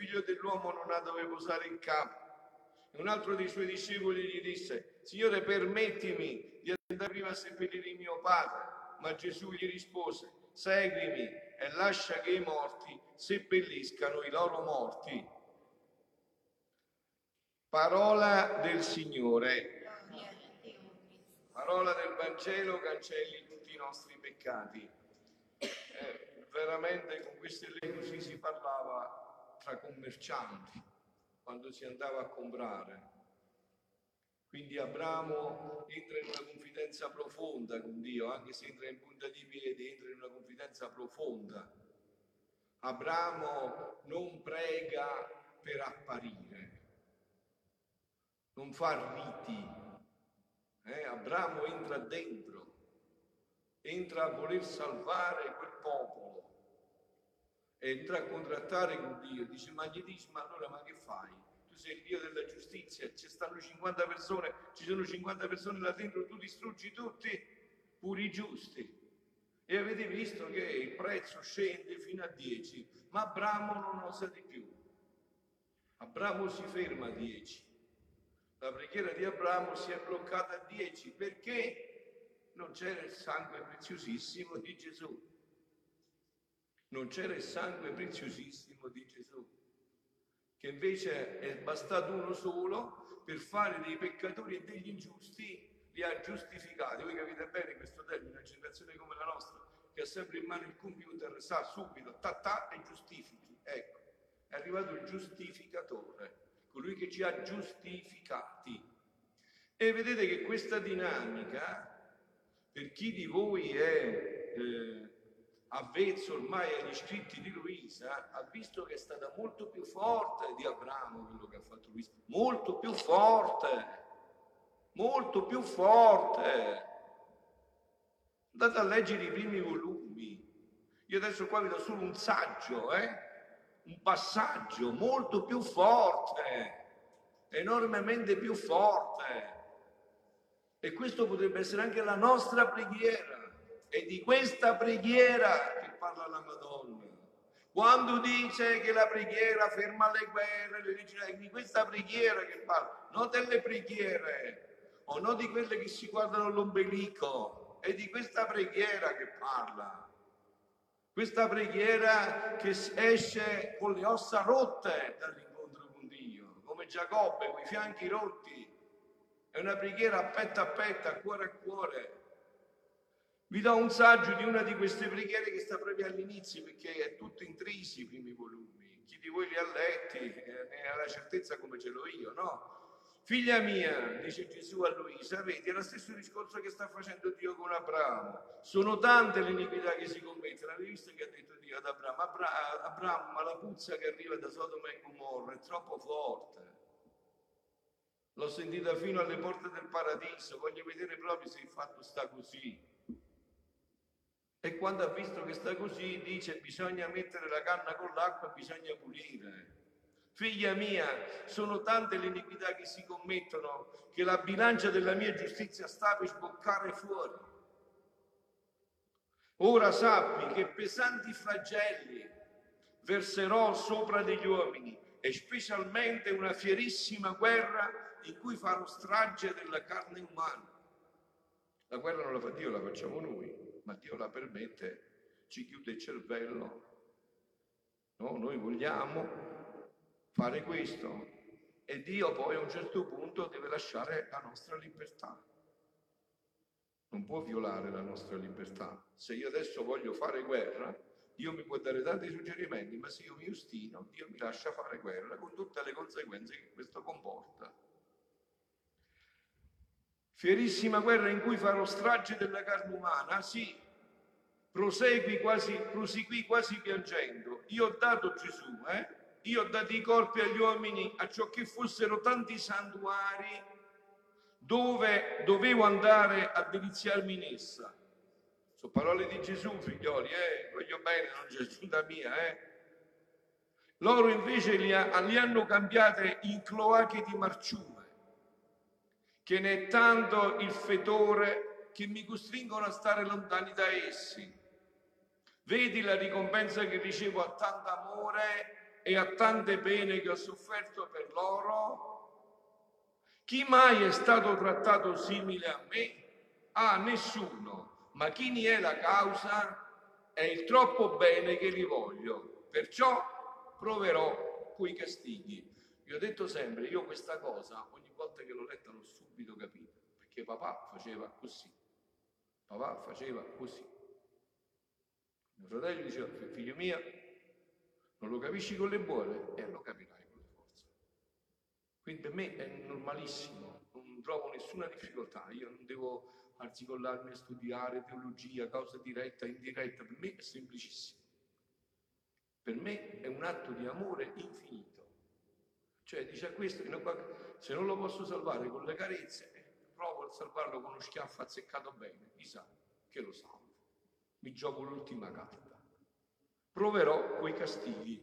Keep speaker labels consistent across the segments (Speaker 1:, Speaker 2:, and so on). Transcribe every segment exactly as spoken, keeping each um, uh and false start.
Speaker 1: figlio dell'uomo non ha dove posare il capo. E un altro dei suoi discepoli gli disse: Signore, permettimi di andare prima a seppellire mio padre. Ma Gesù gli rispose: seguimi e lascia che i morti seppelliscano i loro morti. Parola del Signore. Parola del Vangelo, cancelli tutti i nostri peccati. Eh, veramente con queste leggi così si parlava tra commercianti quando si andava a comprare. Quindi Abramo entra in una confidenza profonda con Dio, anche se entra in punta di piedi, entra in una confidenza profonda. Abramo non prega per apparire, non fa riti. Eh, Abramo entra dentro, entra a voler salvare quel popolo, entra a contrattare con Dio. Dice: ma gli dici, ma allora ma che fai? Tu sei il Dio della giustizia, ci stanno cinquanta persone, ci sono cinquanta persone là dentro, tu distruggi tutti, pure i giusti. E avete visto che il prezzo scende fino a dieci, ma Abramo non osa di più. Abramo si ferma a dieci. La preghiera di Abramo si è bloccata a dieci perché non c'era il sangue preziosissimo di Gesù. Non c'era il sangue preziosissimo di Gesù, che invece è bastato uno solo per fare dei peccatori e degli ingiusti, li ha giustificati. Voi capite bene questo termine, una generazione come la nostra, che ha sempre in mano il computer, sa subito, ta ta, e giustifichi. Ecco, è arrivato il giustificatore, colui che ci ha giustificati. E vedete che questa dinamica, per chi di voi è eh, avvezzo ormai agli scritti di Luisa, ha visto che è stata molto più forte di Abramo quello che ha fatto Luisa, molto più forte, molto più forte. Andate a leggere i primi volumi. Io adesso qua vi do solo un saggio, eh? un passaggio molto più forte, enormemente più forte. E questo potrebbe essere anche la nostra preghiera. È di questa preghiera che parla la Madonna. Quando dice che la preghiera ferma le guerre, le leggi, è di questa preghiera che parla, non delle preghiere, o non di quelle che si guardano l'ombelico. È di questa preghiera che parla. Questa preghiera che esce con le ossa rotte dall'incontro con Dio, come Giacobbe, con i fianchi rotti. È una preghiera a petto a petto, a cuore a cuore. Vi do un saggio di una di queste preghiere che sta proprio all'inizio, perché è tutto intrisi i primi volumi. Chi di voi li ha letti eh, ne ha la certezza come ce l'ho io, no? Figlia mia, dice Gesù a Luisa, vedi, è lo stesso discorso che sta facendo Dio con Abramo. Sono tante le iniquità che si commettono. Avete visto che ha detto Dio ad Abramo? Abra- Abramo, ma la puzza che arriva da Sodoma e Gomorra è troppo forte. L'ho sentita fino alle porte del paradiso, voglio vedere proprio se il fatto sta così. E quando ha visto che sta così, dice: bisogna mettere la canna con l'acqua e bisogna pulire. Figlia mia, sono tante le iniquità che si commettono che la bilancia della mia giustizia sta per sboccare fuori. Ora sappi che pesanti flagelli verserò sopra degli uomini, e specialmente una fierissima guerra in cui farò strage della carne umana. La guerra non la fa Dio, la facciamo noi, ma Dio la permette, ci chiude il cervello. No, noi vogliamo fare questo e Dio poi a un certo punto deve lasciare la nostra libertà. Non può violare la nostra libertà. Se io adesso voglio fare guerra, Dio mi può dare tanti suggerimenti, ma se io mi ostino, Dio mi lascia fare guerra con tutte le conseguenze che questo comporta. Fierissima guerra in cui farò strage della carne umana, sì, prosegui quasi, proseguì quasi piangendo. Io ho dato Gesù, eh? Io ho dato i corpi agli uomini a ciò che fossero tanti santuari dove dovevo andare a deliziarmi in essa. Sono parole di Gesù, figlioli, eh? Voglio bene, non c'è giunta mia, eh? Loro invece li, ha, li hanno cambiate in cloache di marciume, che ne è tanto il fetore che mi costringono a stare lontani da essi. Vedi la ricompensa che ricevo a tanto amore e a tante pene che ho sofferto per loro? Chi mai è stato trattato simile a me? Ah, nessuno, ma chi ne è la causa? È il troppo bene che li voglio, perciò proverò quei castighi. Vi ho detto sempre, io questa cosa, ogni volta che l'ho letta l'ho subito capito, perché papà faceva così, papà faceva così. Mio fratello diceva, figlio mio, non lo capisci con le buone? E eh, lo capirai con le forze. Quindi per me è normalissimo, non trovo nessuna difficoltà, io non devo articolarmi a studiare teologia, causa diretta, indiretta, per me è semplicissimo. Per me è un atto di amore infinito. Cioè dice a questo, se non lo posso salvare con le carezze, provo a salvarlo con uno schiaffo azzeccato bene, chissà che lo salvo. Mi gioco l'ultima carta. Proverò quei castighi.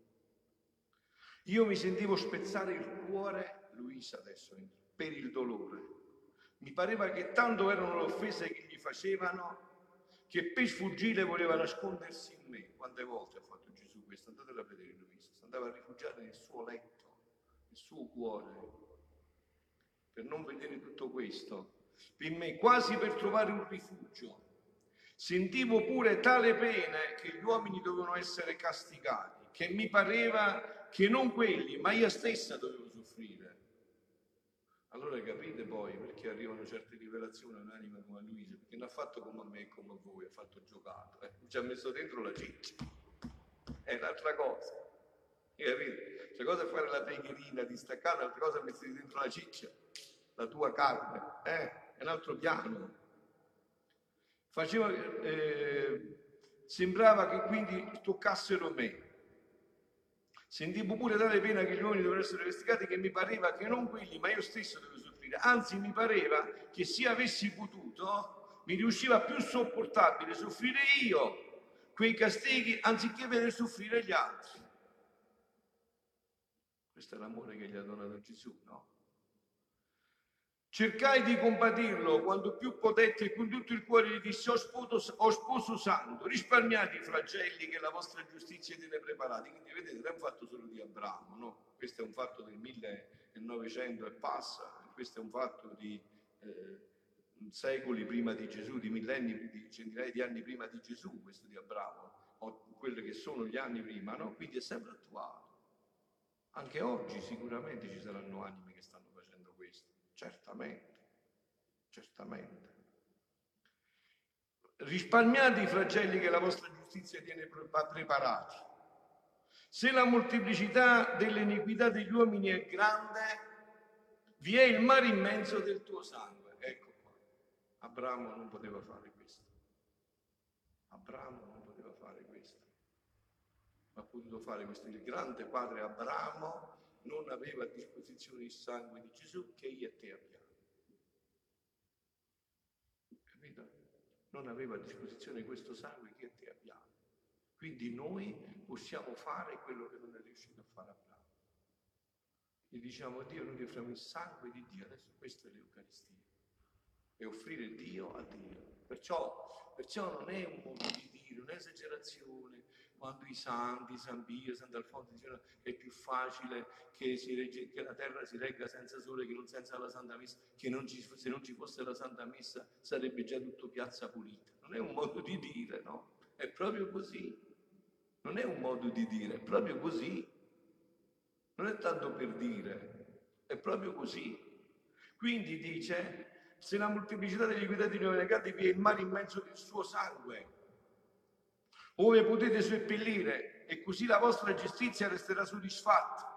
Speaker 1: Io mi sentivo spezzare il cuore, Luisa adesso, per il dolore. Mi pareva che tanto erano le offese che gli facevano, che per sfuggire voleva nascondersi in me. Quante volte ha fatto Gesù questo? Andatela a vedere Luisa. Si andava a rifugiare nel suo letto, nel suo cuore, per non vedere tutto questo. Per me, quasi per trovare un rifugio. Sentivo pure tale pena che gli uomini dovevano essere castigati, che mi pareva che non quelli, ma io stessa dovevo soffrire. Allora capite poi perché arrivano certe rivelazioni a un'anima come a Luisa, perché non ha fatto come a me e come a voi, ha fatto giocato, eh? Ci ha messo dentro la ciccia. È un'altra cosa. Capite? Una cosa è fare la pregherina distaccata, un'altra cosa è mettere dentro la ciccia, la tua carne, eh? È un altro piano. Faceva, eh, sembrava che quindi toccassero me. Sentivo pure tale pena che gli uomini dovevano essere castigati che mi pareva che non quelli, ma io stesso dovevo soffrire. Anzi, mi pareva che se avessi potuto, mi riusciva più sopportabile soffrire io quei castighi anziché vedere soffrire gli altri. Questo è l'amore che gli ha donato Gesù, no? Cercai di compatirlo quando più potetti e con tutto il cuore gli dissi: o sposo, o sposo santo, risparmiate i flagelli che la vostra giustizia tiene preparati. Quindi vedete, non è un fatto solo di Abramo, no? Questo è un fatto del millenovecento e passa, questo è un fatto di eh, secoli prima di Gesù, di millenni, di centinaia di anni prima di Gesù, questo di Abramo, o quelli che sono gli anni prima, no? Quindi è sempre attuale. Anche oggi sicuramente ci saranno anime che stanno facendo questo. Certamente, certamente. Risparmiate i flagelli che la vostra giustizia tiene preparati. Se la molteplicità delle iniquità degli uomini è grande, vi è il mare immenso del tuo sangue. Ecco qua. Abramo non poteva fare questo. Abramo non poteva fare questo. Ma ha potuto fare questo. Il grande padre Abramo non aveva a disposizione il sangue di Gesù che io e te abbiamo. Capito? Non aveva a disposizione questo sangue che io e te abbiamo. Quindi noi possiamo fare quello che non è riuscito a fare Abramo. Gli diciamo a Dio, noi ti offriamo il sangue di Dio, adesso questa è l'Eucaristia. E offrire Dio a Dio. Perciò, perciò non è un modo di dire, non è esagerazione. Quando i santi, San Pio, Sant'Alfonso dicevano che è più facile che, si regge, che la terra si regga senza sole che non senza la Santa Messa, che non ci, se non ci fosse la Santa Messa sarebbe già tutto piazza pulita. Non è un modo di dire, no? È proprio così. Non è un modo di dire, è proprio così. Non è tanto per dire, è proprio così. Quindi dice, se la molteplicità degli iniquità di noi negati vi è il mare immenso del suo sangue, ove potete seppellire, e così la vostra giustizia resterà soddisfatta.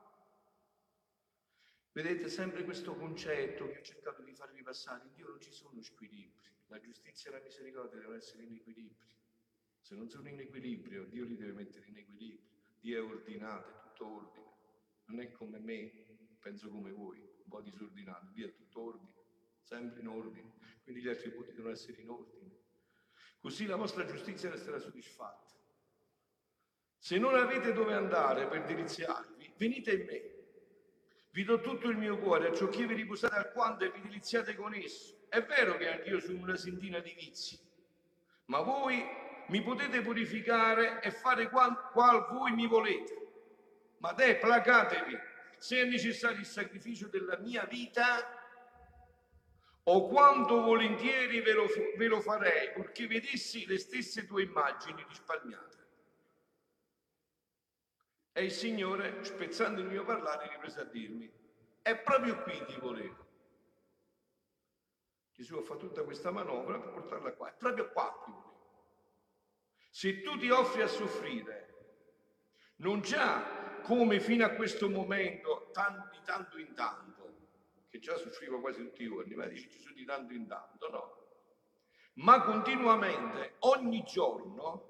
Speaker 1: Vedete sempre questo concetto che ho cercato di farvi passare: in Dio non ci sono squilibri, la giustizia e la misericordia devono essere in equilibrio. Se non sono in equilibrio, Dio li deve mettere in equilibrio. Dio è ordinato, è tutto ordine. Non è come me, penso come voi, un po' disordinato. Dio è tutto ordine, sempre in ordine. Quindi gli attributi devono essere in ordine. Così la vostra giustizia resterà soddisfatta. Se non avete dove andare per deliziarvi, venite in me. Vi do tutto il mio cuore, a ciò che vi riposate alquanto e vi deliziate con esso. È vero che anch'io sono una sentina di vizi, ma voi mi potete purificare e fare qual, qual voi mi volete. ma te placatevi, se è necessario il sacrificio della mia vita, o quanto volentieri ve lo, ve lo farei, purché vedessi le stesse tue immagini risparmiate. E il Signore, spezzando il mio parlare, riprese a dirmi: è proprio qui ti volevo. Gesù fa tutta questa manovra per portarla qua, è proprio qua ti volevo. Se tu ti offri a soffrire, non già come fino a questo momento, di tanto in tanto, che già soffrivo quasi tutti i giorni, ma dice Gesù di tanto in tanto, no? Ma continuamente, ogni giorno,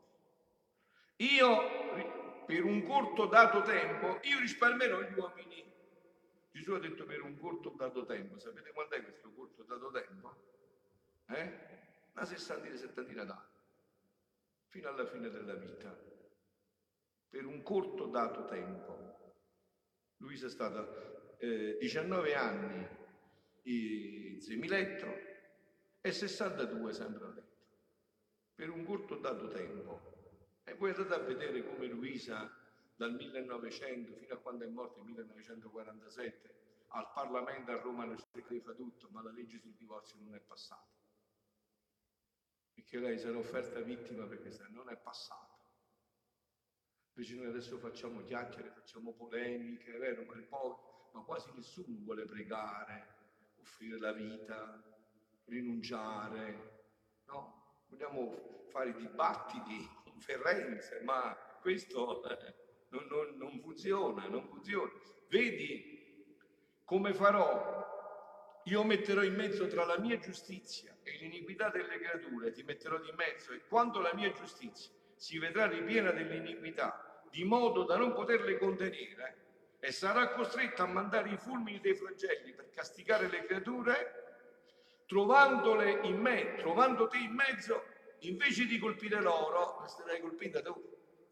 Speaker 1: io per un corto dato tempo, io risparmierò gli uomini. Gesù ha detto per un corto dato tempo. Sapete quant'è questo corto dato tempo? Eh? Una sessantina, settantina d'anni, fino alla fine della vita. Per un corto dato tempo. Luisa è stata eh, diciannove anni in semiletto e sessantadue sempre a letto. Per un corto dato tempo. E voi andate a vedere come Luisa dal millenovecento fino a quando è morta nel millenovecentoquarantasette al Parlamento a Roma non si fa tutto, ma la legge sul divorzio non è passata. Perché lei si era offerta vittima perché non è passata. Invece noi adesso facciamo chiacchiere, facciamo polemiche, è vero, ma, poi, ma quasi nessuno vuole pregare, offrire la vita, rinunciare, no? Vogliamo fare dibattiti, conferenze, ma questo eh, non, non, non funziona, non funziona. Vedi come farò? Io metterò in mezzo tra la mia giustizia e l'iniquità delle creature, ti metterò di mezzo, e quando la mia giustizia si vedrà ripiena dell'iniquità, di modo da non poterle contenere, e sarà costretta a mandare i fulmini dei flagelli per castigare le creature, trovandole in me, trovando te in mezzo, invece di colpire loro, resterai colpita tu.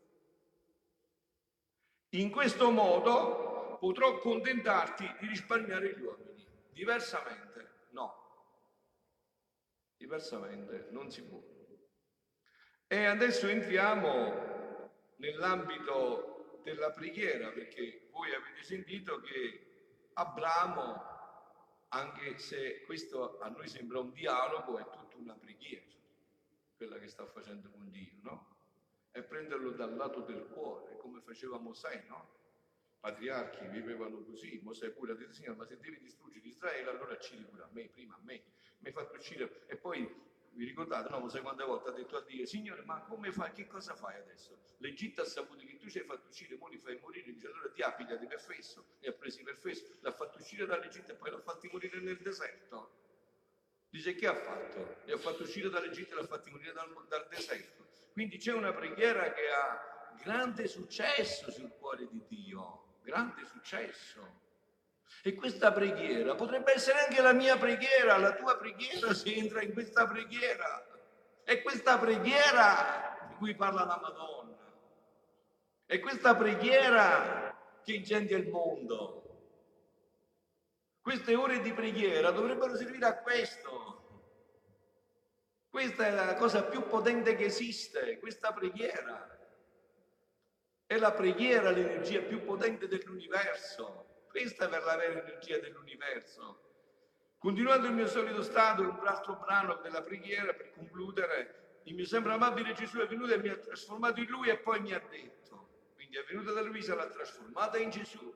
Speaker 1: In questo modo potrò contentarti di risparmiare gli uomini. Diversamente, no. Diversamente non si può. E adesso entriamo nell'ambito della preghiera, perché voi avete sentito che Abramo, anche se questo a noi sembra un dialogo, è tutta una preghiera, quella che sta facendo con Dio, no? È prenderlo dal lato del cuore, come faceva Mosè, no? Patriarchi vivevano così, Mosè pure ha detto: Signore, ma se devi distruggere Israele, allora uccidi pure a me, prima a me, mi hai fatto uccidere. E poi vi ricordate, no? Mosè quante volte ha detto a Dio: Signore, ma come fai? Che cosa fai adesso? L'Egitto ha saputo che tu ci hai fatto uccidere, poi li fai morire, dice: allora ti appigliati per fesso, li ha presi per fesso, l'ha fatto uscire dall'Egitto e poi l'ha fatti morire nel deserto. Dice: che ha fatto? Li ha fatto uscire dall'Egitto e l'ha fatti morire dal, dal deserto. Quindi c'è una preghiera che ha grande successo sul cuore di Dio, grande successo. E questa preghiera potrebbe essere anche la mia preghiera, la tua preghiera, se entra in questa preghiera. È questa preghiera di cui parla la Madonna. È questa preghiera che incendia il mondo. Queste ore di preghiera dovrebbero servire a questo. Questa è la cosa più potente che esiste, questa preghiera. È la preghiera l'energia più potente dell'universo. Questa è per la vera energia dell'universo. Continuando il mio solito stato, un altro brano della preghiera per concludere, il mio sempre amabile Gesù è venuto e mi ha trasformato in Lui e poi mi ha detto. Quindi è venuta da Luisa, l'ha trasformata in Gesù.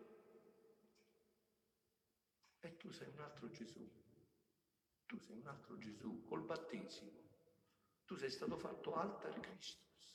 Speaker 1: E tu sei un altro Gesù. Tu sei un altro Gesù col battesimo. Tu sei stato fatto alter Christus.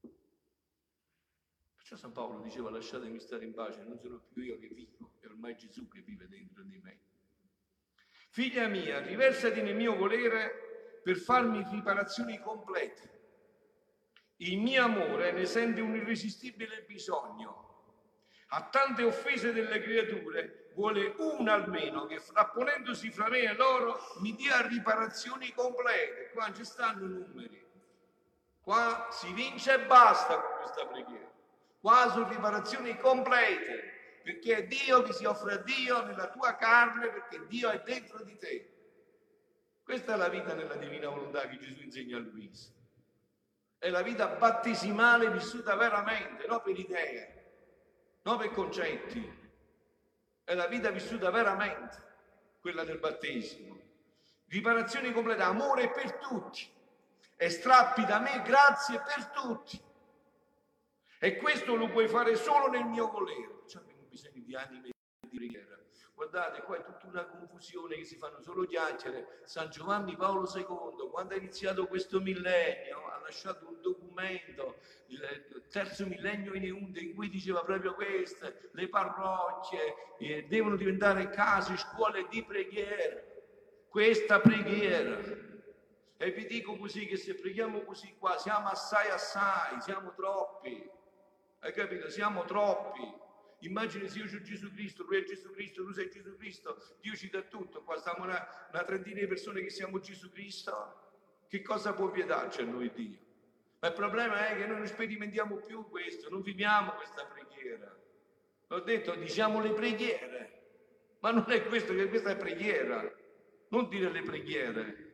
Speaker 1: Perciò San Paolo diceva: lasciatemi stare in pace, non sono più io che vivo, è ormai Gesù che vive dentro di me. Figlia mia, riversati nel mio volere per farmi riparazioni complete. Il mio amore ne sente un irresistibile bisogno. A tante offese delle creature vuole una almeno che, frapponendosi fra me e loro, mi dia riparazioni complete. Qua non ci stanno numeri. Qua si vince e basta con questa preghiera. Qua sono riparazioni complete, perché è Dio che si offre a Dio nella tua carne, perché Dio è dentro di te. Questa è la vita nella divina volontà che Gesù insegna a Luisa. È la vita battesimale vissuta veramente, non per idee. nove concetti. È la vita vissuta veramente, quella del battesimo. Riparazione completa, amore per tutti. E strappi da me grazie per tutti. E questo lo puoi fare solo nel mio volere. Cioè, abbiamo bisogno di anime e di preghiera. Guardate, qua è tutta una confusione che si fanno solo chiacchiere. San Giovanni Paolo secondo, quando ha iniziato questo millennio, ha lasciato un documento, il terzo millennio in Eunte, in cui diceva proprio questo: le parrocchie eh, devono diventare case, scuole di preghiera. Questa preghiera. E vi dico così, che se preghiamo così qua, siamo assai assai, siamo troppi. Hai capito? Siamo troppi. Immagini se io c'ho Gesù Cristo, lui è Gesù Cristo, tu sei Gesù Cristo, Dio ci dà tutto. Qua stiamo una, una trentina di persone che siamo Gesù Cristo. Che cosa può vietarci a noi Dio? Ma il problema è che noi non sperimentiamo più questo, non viviamo questa preghiera. L'ho detto, diciamo le preghiere, ma non è questo, che questa è preghiera, non dire le preghiere.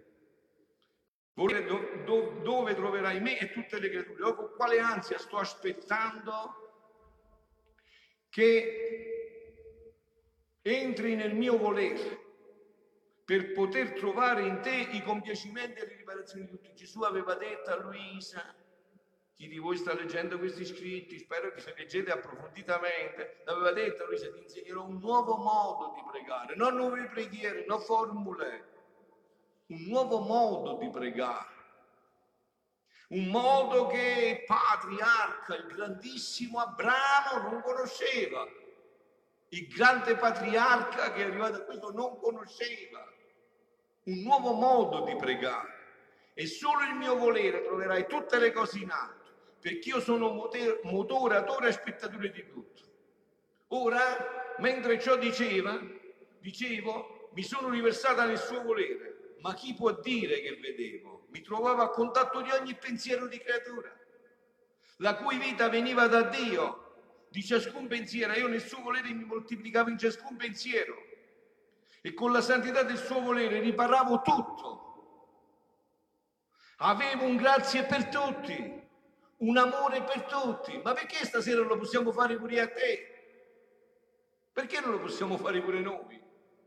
Speaker 1: Dove troverai me e tutte le creature? Io con quale ansia sto aspettando che entri nel mio volere per poter trovare in te i compiacimenti e le riparazioni di tutti. Gesù aveva detto a Luisa, chi di voi sta leggendo questi scritti, spero che se leggete approfonditamente, aveva detto a Luisa: ti insegnerò un nuovo modo di pregare, non nuove preghiere, non formule, un nuovo modo di pregare. Un modo che il patriarca, il grandissimo Abramo non conosceva. Il grande patriarca che è arrivato a questo non conosceva. Un nuovo modo di pregare. E solo il mio volere troverai tutte le cose in atto, perché io sono motore, autore e spettatore di tutto. Ora, mentre ciò diceva, dicevo, mi sono riversata nel suo volere. Ma chi può dire che vedevo? Mi trovavo a contatto di ogni pensiero di creatura, la cui vita veniva da Dio, di ciascun pensiero. Io nel suo volere mi moltiplicavo in ciascun pensiero e con la santità del suo volere riparavo tutto. Avevo un grazie per tutti, un amore per tutti. Ma perché stasera lo possiamo fare pure a te? Perché non lo possiamo fare pure noi?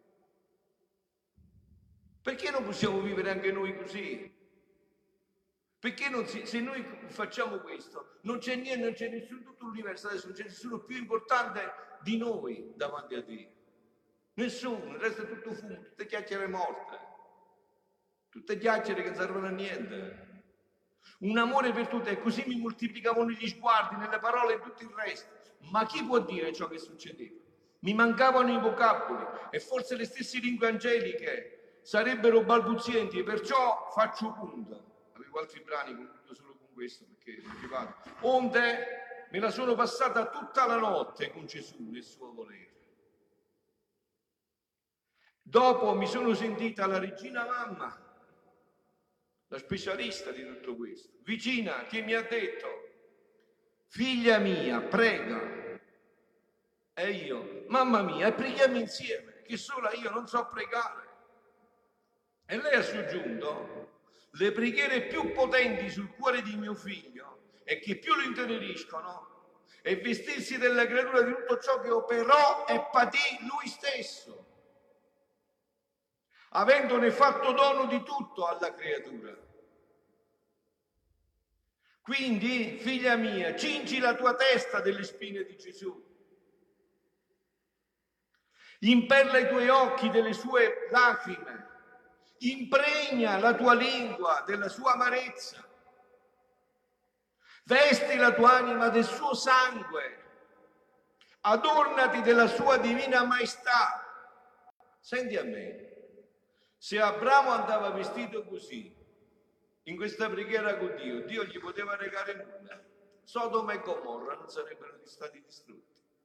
Speaker 1: Perché non possiamo vivere anche noi così? Perché non si, se noi facciamo questo, non c'è niente, non c'è nessuno, tutto l'universo adesso non c'è nessuno più importante di noi davanti a Dio. Nessuno, il resto è tutto fumo, tutte chiacchiere morte, tutte chiacchiere che non servono a niente. Un amore per tutti, e così mi moltiplicavano gli sguardi, nelle parole e tutto il resto. Ma chi può dire ciò che succedeva? Mi mancavano i vocaboli e forse le stesse lingue angeliche sarebbero balbuzienti, perciò faccio punto. Avevo altri brani, concludo solo con questo perché non vado. Onde me la sono passata tutta la notte con Gesù nel suo volere. Dopo mi sono sentita la regina mamma, la specialista di tutto questo, vicina, che mi ha detto: figlia mia, prega. E io, mamma mia, e preghiamo insieme, che sola io non so pregare. E lei ha soggiunto: le preghiere più potenti sul cuore di mio figlio e che più lo inteneriscono è vestirsi della creatura di tutto ciò che operò e patì lui stesso, avendone fatto dono di tutto alla creatura. Quindi, figlia mia, cingi la tua testa delle spine di Gesù, imperla i tuoi occhi delle sue lacrime, impregna la tua lingua della sua amarezza, vesti la tua anima del suo sangue, adornati della sua divina maestà. Senti a me, se Abramo andava vestito così, in questa preghiera con Dio, Dio gli poteva negare nulla. Sodoma e Gomorra non sarebbero stati distrutti.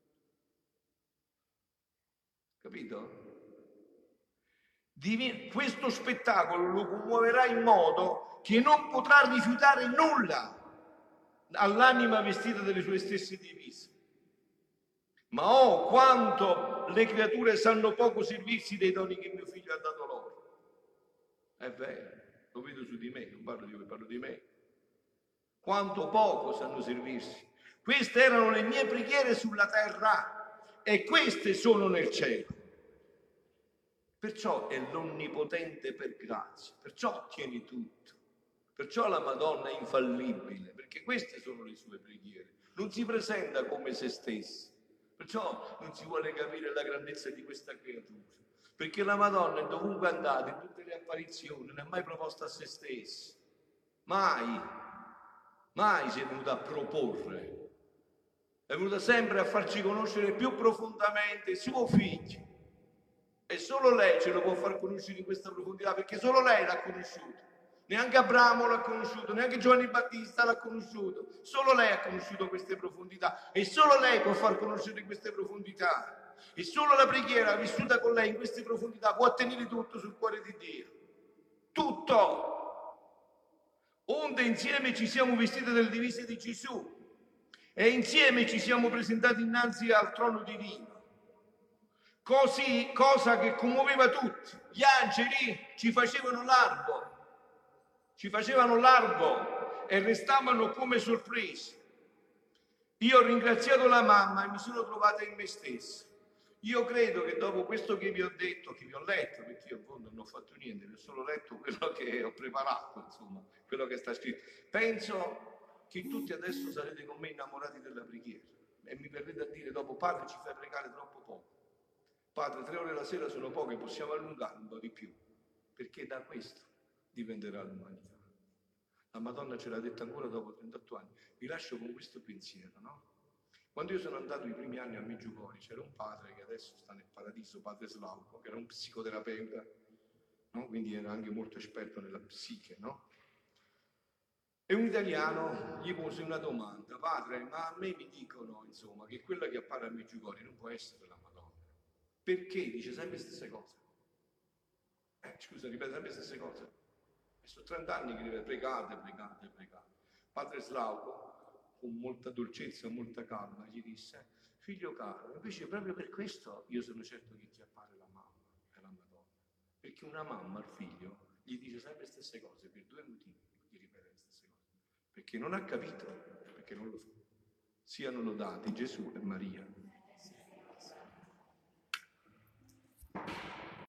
Speaker 1: Capito? Divino, questo spettacolo lo commuoverà in modo che non potrà rifiutare nulla all'anima vestita delle sue stesse divise. Ma oh, quanto le creature sanno poco servirsi dei doni che mio figlio ha dato loro. È vero, lo vedo su di me, non parlo di voi, parlo di me. Quanto poco sanno servirsi. Queste erano le mie preghiere sulla terra e queste sono nel cielo. Perciò è l'onnipotente per grazia, perciò ottieni tutto, perciò la Madonna è infallibile, perché queste sono le sue preghiere. Non si presenta come se stessa, perciò non si vuole capire la grandezza di questa creatura, perché la Madonna è dovunque andata, in tutte le apparizioni, non è mai proposta a se stessa, mai, mai si è venuta a proporre, è venuta sempre a farci conoscere più profondamente suo figlio. E solo lei ce lo può far conoscere in questa profondità, perché solo lei l'ha conosciuto. Neanche Abramo l'ha conosciuto, neanche Giovanni Battista l'ha conosciuto. Solo lei ha conosciuto queste profondità e solo lei può far conoscere queste profondità. E solo la preghiera vissuta con lei in queste profondità può ottenere tutto sul cuore di Dio. Tutto. Onde insieme ci siamo vestiti del divise di Gesù e insieme ci siamo presentati innanzi al trono divino. Così, cosa che commuoveva tutti. Gli angeli ci facevano largo, ci facevano largo e restavano come sorpresi. Io ho ringraziato la mamma e mi sono trovata in me stessa. Io credo che dopo questo che vi ho detto, che vi ho letto, perché io in fondo non ho fatto niente, vi ho solo letto quello che ho preparato, insomma, quello che sta scritto. Penso che tutti adesso sarete con me innamorati della preghiera e mi verrete a dire dopo: padre, ci fai pregare troppo poco. Padre, tre ore la sera sono poche, possiamo allungare un po' di più, perché da questo dipenderà l'umanità. La Madonna ce l'ha detta ancora dopo trentotto anni. Vi lascio con questo pensiero, no? Quando io sono andato i primi anni a Meggiugori, c'era un padre che adesso sta nel paradiso, padre Slauco, che era un psicoterapeuta, no? Quindi era anche molto esperto nella psiche, no? E un italiano gli pose una domanda: padre, ma a me mi dicono, insomma, che quella che appare a Meggiugori non può essere la Madonna. Perché? Dice sempre le stesse cose. Eh, scusa, ripete sempre le stesse cose. E sono trenta anni che deve pregate, pregate, pregate. Padre Slauco, con molta dolcezza, molta calma, gli disse: figlio caro, invece proprio per questo io sono certo che ti appare la mamma e la Madonna. Perché una mamma al figlio gli dice sempre le stesse cose per due motivi, gli ripete le stesse cose. Perché non ha capito, perché non lo fa. Siano lodati Gesù e Maria.